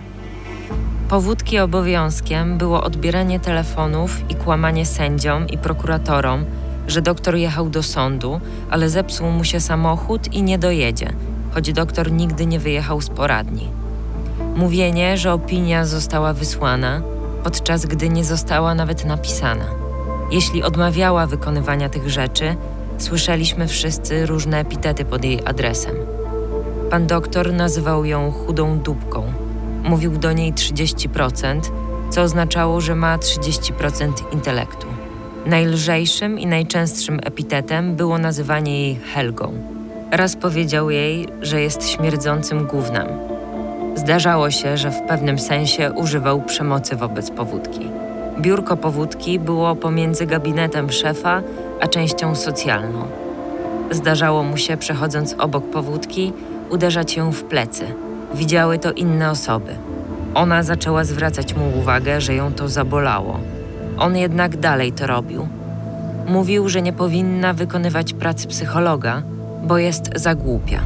Powódki obowiązkiem było odbieranie telefonów i kłamanie sędziom i prokuratorom, że doktor jechał do sądu, ale zepsuł mu się samochód i nie dojedzie, choć doktor nigdy nie wyjechał z poradni. Mówienie, że opinia została wysłana, podczas gdy nie została nawet napisana. Jeśli odmawiała wykonywania tych rzeczy, słyszeliśmy wszyscy różne epitety pod jej adresem. Pan doktor nazywał ją chudą dupką. Mówił do niej trzydzieści procent, co oznaczało, że ma trzydzieści procent intelektu. Najlżejszym i najczęstszym epitetem było nazywanie jej Helgą. Raz powiedział jej, że jest śmierdzącym gównem. Zdarzało się, że w pewnym sensie używał przemocy wobec powódki. Biurko powódki było pomiędzy gabinetem szefa a częścią socjalną. Zdarzało mu się, przechodząc obok powódki, uderzać ją w plecy. Widziały to inne osoby. Ona zaczęła zwracać mu uwagę, że ją to zabolało. On jednak dalej to robił. Mówił, że nie powinna wykonywać pracy psychologa, bo jest za głupia.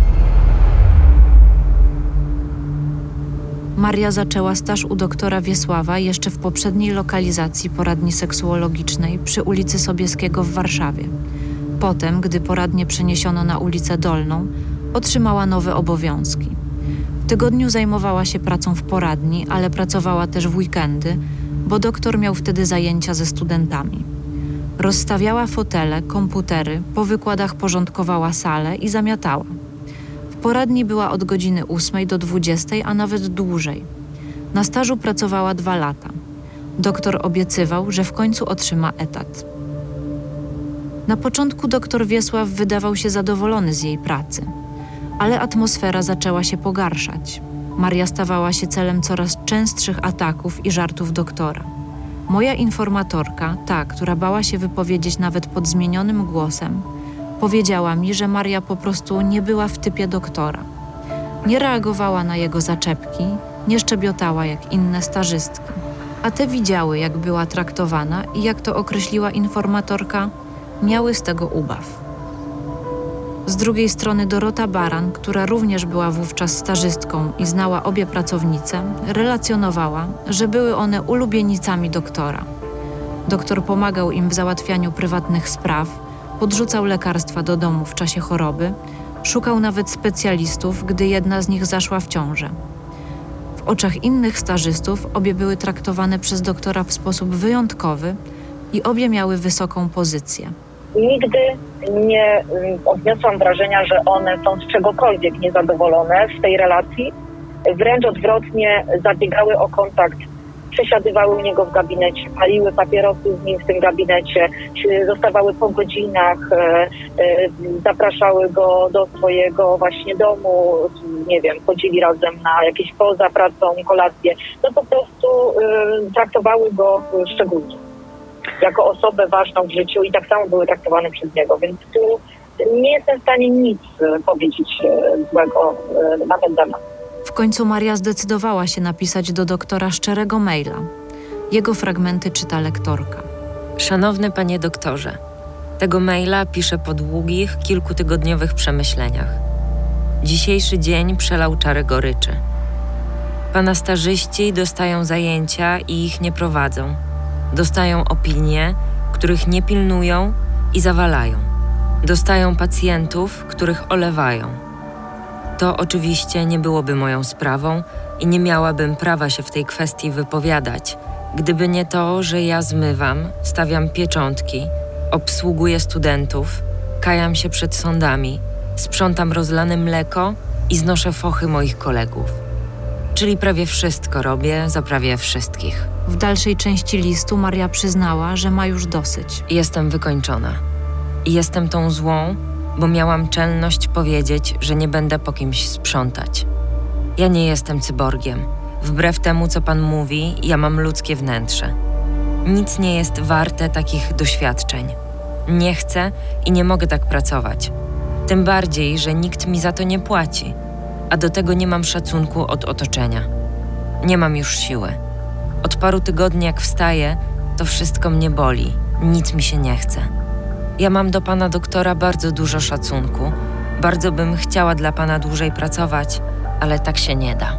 Maria zaczęła staż u doktora Wiesława jeszcze w poprzedniej lokalizacji poradni seksuologicznej przy ulicy Sobieskiego w Warszawie. Potem, gdy poradnię przeniesiono na ulicę Dolną, otrzymała nowe obowiązki. W tygodniu zajmowała się pracą w poradni, ale pracowała też w weekendy, bo doktor miał wtedy zajęcia ze studentami. Rozstawiała fotele, komputery, po wykładach porządkowała salę i zamiatała. W poradni była od godziny ósmej do dwudziestej, a nawet dłużej. Na stażu pracowała dwa lata. Doktor obiecywał, że w końcu otrzyma etat. Na początku doktor Wiesław wydawał się zadowolony z jej pracy, ale atmosfera zaczęła się pogarszać. Maria stawała się celem coraz częstszych ataków i żartów doktora. Moja informatorka, ta, która bała się wypowiedzieć nawet pod zmienionym głosem, powiedziała mi, że Maria po prostu nie była w typie doktora. Nie reagowała na jego zaczepki, nie szczebiotała jak inne stażystki. A te widziały, jak była traktowana i jak to określiła informatorka, miały z tego ubaw. Z drugiej strony Dorota Baran, która również była wówczas stażystką i znała obie pracownice, relacjonowała, że były one ulubienicami doktora. Doktor pomagał im w załatwianiu prywatnych spraw, podrzucał lekarstwa do domu w czasie choroby, szukał nawet specjalistów, gdy jedna z nich zaszła w ciążę. W oczach innych stażystów obie były traktowane przez doktora w sposób wyjątkowy i obie miały wysoką pozycję. Nigdy nie odniosłam wrażenia, że one są z czegokolwiek niezadowolone z tej relacji. Wręcz odwrotnie, zabiegały o kontakt, przesiadywały u niego w gabinecie, paliły papierosy z nim w tym gabinecie, zostawały po godzinach, zapraszały go do swojego właśnie domu, nie wiem, chodzili razem na jakieś poza pracą, kolacje. No po prostu traktowały go szczególnie, jako osobę ważną w życiu i tak samo były traktowane przez niego, więc tu nie jestem w stanie nic powiedzieć złego na ten temat. W końcu Maria zdecydowała się napisać do doktora szczerego maila. Jego fragmenty czyta lektorka. Szanowny panie doktorze, tego maila piszę po długich, kilkutygodniowych przemyśleniach. Dzisiejszy dzień przelał czary goryczy. Pana stażyści dostają zajęcia i ich nie prowadzą. Dostają opinie, których nie pilnują i zawalają. Dostają pacjentów, których olewają. To oczywiście nie byłoby moją sprawą i nie miałabym prawa się w tej kwestii wypowiadać, gdyby nie to, że ja zmywam, stawiam pieczątki, obsługuję studentów, kajam się przed sądami, sprzątam rozlane mleko i znoszę fochy moich kolegów. Czyli prawie wszystko robię za prawie wszystkich. W dalszej części listu Maria przyznała, że ma już dosyć. Jestem wykończona. I jestem tą złą, bo miałam czelność powiedzieć, że nie będę po kimś sprzątać. Ja nie jestem cyborgiem. Wbrew temu, co pan mówi, ja mam ludzkie wnętrze. Nic nie jest warte takich doświadczeń. Nie chcę i nie mogę tak pracować. Tym bardziej, że nikt mi za to nie płaci, a do tego nie mam szacunku od otoczenia. Nie mam już siły. Od paru tygodni, jak wstaję, to wszystko mnie boli. Nic mi się nie chce. Ja mam do pana doktora bardzo dużo szacunku. Bardzo bym chciała dla pana dłużej pracować, ale tak się nie da.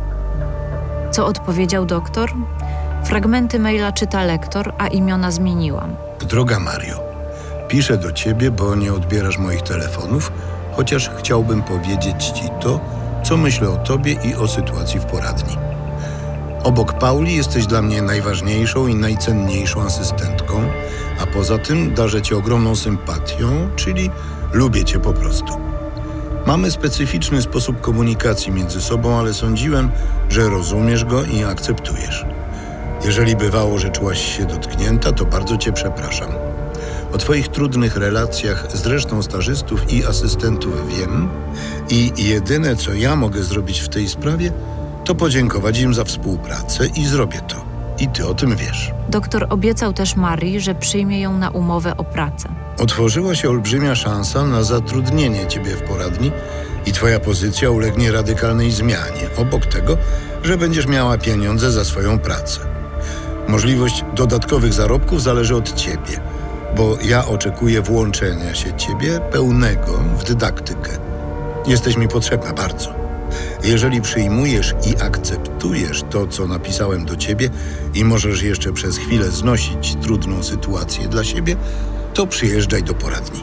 Co odpowiedział doktor? Fragmenty maila czyta lektor, a imiona zmieniłam. Droga Mario, piszę do ciebie, bo nie odbierasz moich telefonów, chociaż chciałbym powiedzieć ci to, co myślę o tobie i o sytuacji w poradni. Obok Pauli jesteś dla mnie najważniejszą i najcenniejszą asystentką, a poza tym darzę cię ogromną sympatią, czyli lubię cię po prostu. Mamy specyficzny sposób komunikacji między sobą, ale sądziłem, że rozumiesz go i akceptujesz. Jeżeli bywało, że czułaś się dotknięta, to bardzo cię przepraszam. O twoich trudnych relacjach z resztą stażystów i asystentów wiem i jedyne, co ja mogę zrobić w tej sprawie, to podziękować im za współpracę i zrobię to. I ty o tym wiesz. Doktor obiecał też Marii, że przyjmie ją na umowę o pracę. Otworzyła się olbrzymia szansa na zatrudnienie ciebie w poradni i twoja pozycja ulegnie radykalnej zmianie, obok tego, że będziesz miała pieniądze za swoją pracę. Możliwość dodatkowych zarobków zależy od ciebie, bo ja oczekuję włączenia się ciebie pełnego w dydaktykę. Jesteś mi potrzebna bardzo. Jeżeli przyjmujesz i akceptujesz to, co napisałem do ciebie i możesz jeszcze przez chwilę znosić trudną sytuację dla siebie, to przyjeżdżaj do poradni.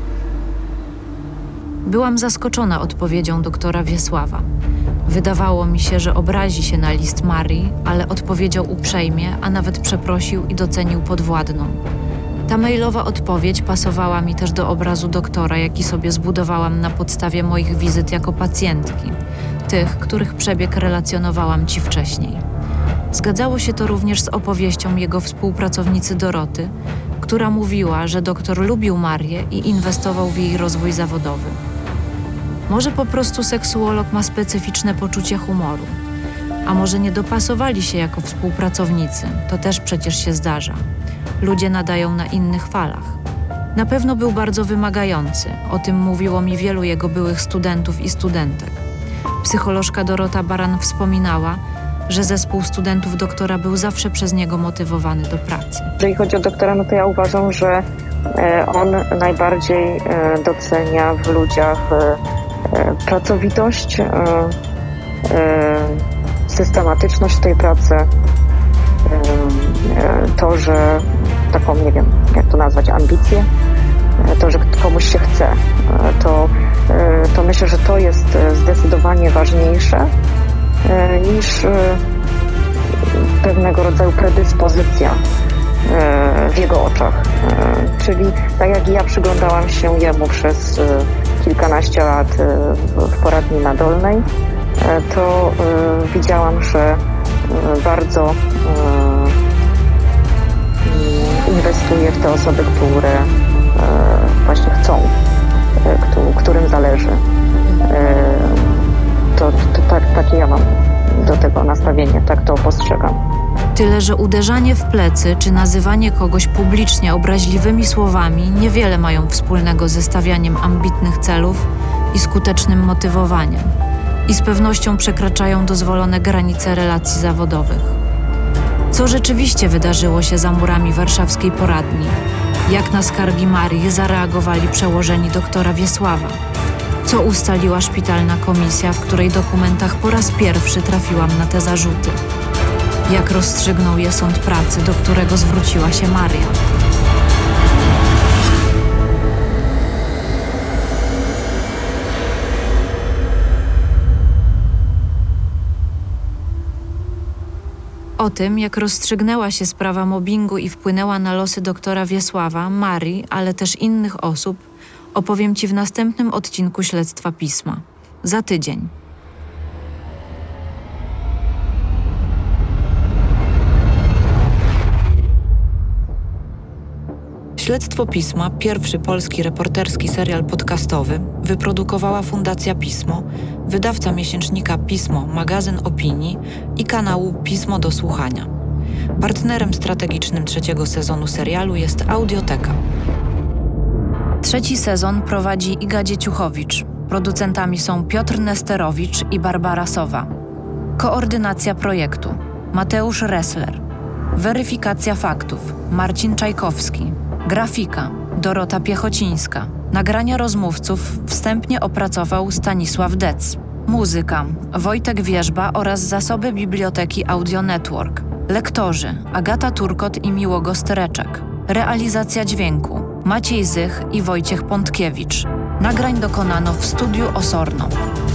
Byłam zaskoczona odpowiedzią doktora Wiesława. Wydawało mi się, że obrazi się na list Marii, ale odpowiedział uprzejmie, a nawet przeprosił i docenił podwładną. Ta mailowa odpowiedź pasowała mi też do obrazu doktora, jaki sobie zbudowałam na podstawie moich wizyt jako pacjentki, tych, których przebieg relacjonowałam ci wcześniej. Zgadzało się to również z opowieścią jego współpracownicy Doroty, która mówiła, że doktor lubił Marię i inwestował w jej rozwój zawodowy. Może po prostu seksuolog ma specyficzne poczucie humoru, a może nie dopasowali się jako współpracownicy, to też przecież się zdarza. Ludzie nadają na innych falach. Na pewno był bardzo wymagający, o tym mówiło mi wielu jego byłych studentów i studentek. Psycholożka Dorota Baran wspominała, że zespół studentów doktora był zawsze przez niego motywowany do pracy. Jeżeli chodzi o doktora, no to ja uważam, że on najbardziej docenia w ludziach pracowitość, systematyczność tej pracy, to, że taką, nie wiem, jak to nazwać, ambicję, to, że komuś się chce, to, to myślę, że to jest zdecydowanie ważniejsze niż pewnego rodzaju predyspozycja w jego oczach. Czyli tak jak ja przyglądałam się jemu przez kilkanaście lat w poradni na Dolnej, to widziałam, że bardzo inwestuje w te osoby, które właśnie chcą, którym zależy. To, to tak, takie ja mam do tego nastawienie, tak to postrzegam. Tyle, że uderzanie w plecy czy nazywanie kogoś publicznie obraźliwymi słowami niewiele mają wspólnego ze stawianiem ambitnych celów i skutecznym motywowaniem. I z pewnością przekraczają dozwolone granice relacji zawodowych. Co rzeczywiście wydarzyło się za murami warszawskiej poradni? Jak na skargi Marii zareagowali przełożeni doktora Wiesława? Co ustaliła szpitalna komisja, w której dokumentach po raz pierwszy trafiłam na te zarzuty? Jak rozstrzygnął je sąd pracy, do którego zwróciła się Maria? O tym, jak rozstrzygnęła się sprawa mobbingu i wpłynęła na losy doktora Wiesława, Marii, ale też innych osób, opowiem Ci w następnym odcinku Śledztwa Pisma. Za tydzień. Śledztwo Pisma, pierwszy polski reporterski serial podcastowy, wyprodukowała Fundacja Pismo, wydawca miesięcznika Pismo, magazyn opinii i kanału Pismo do słuchania. Partnerem strategicznym trzeciego sezonu serialu jest Audioteka. Trzeci sezon prowadzi Iga Dzieciuchowicz. Producentami są Piotr Nesterowicz i Barbara Sowa. Koordynacja projektu Mateusz Ressler. Weryfikacja faktów Marcin Czajkowski. Grafika Dorota Piechocińska. Nagrania rozmówców wstępnie opracował Stanisław Dec. Muzyka Wojtek Wierzba oraz zasoby Biblioteki Audio Network. Lektorzy Agata Turkot i Miłogo Stereczek. Realizacja dźwięku Maciej Zych i Wojciech Pątkiewicz. Nagrań dokonano w studiu Osorno.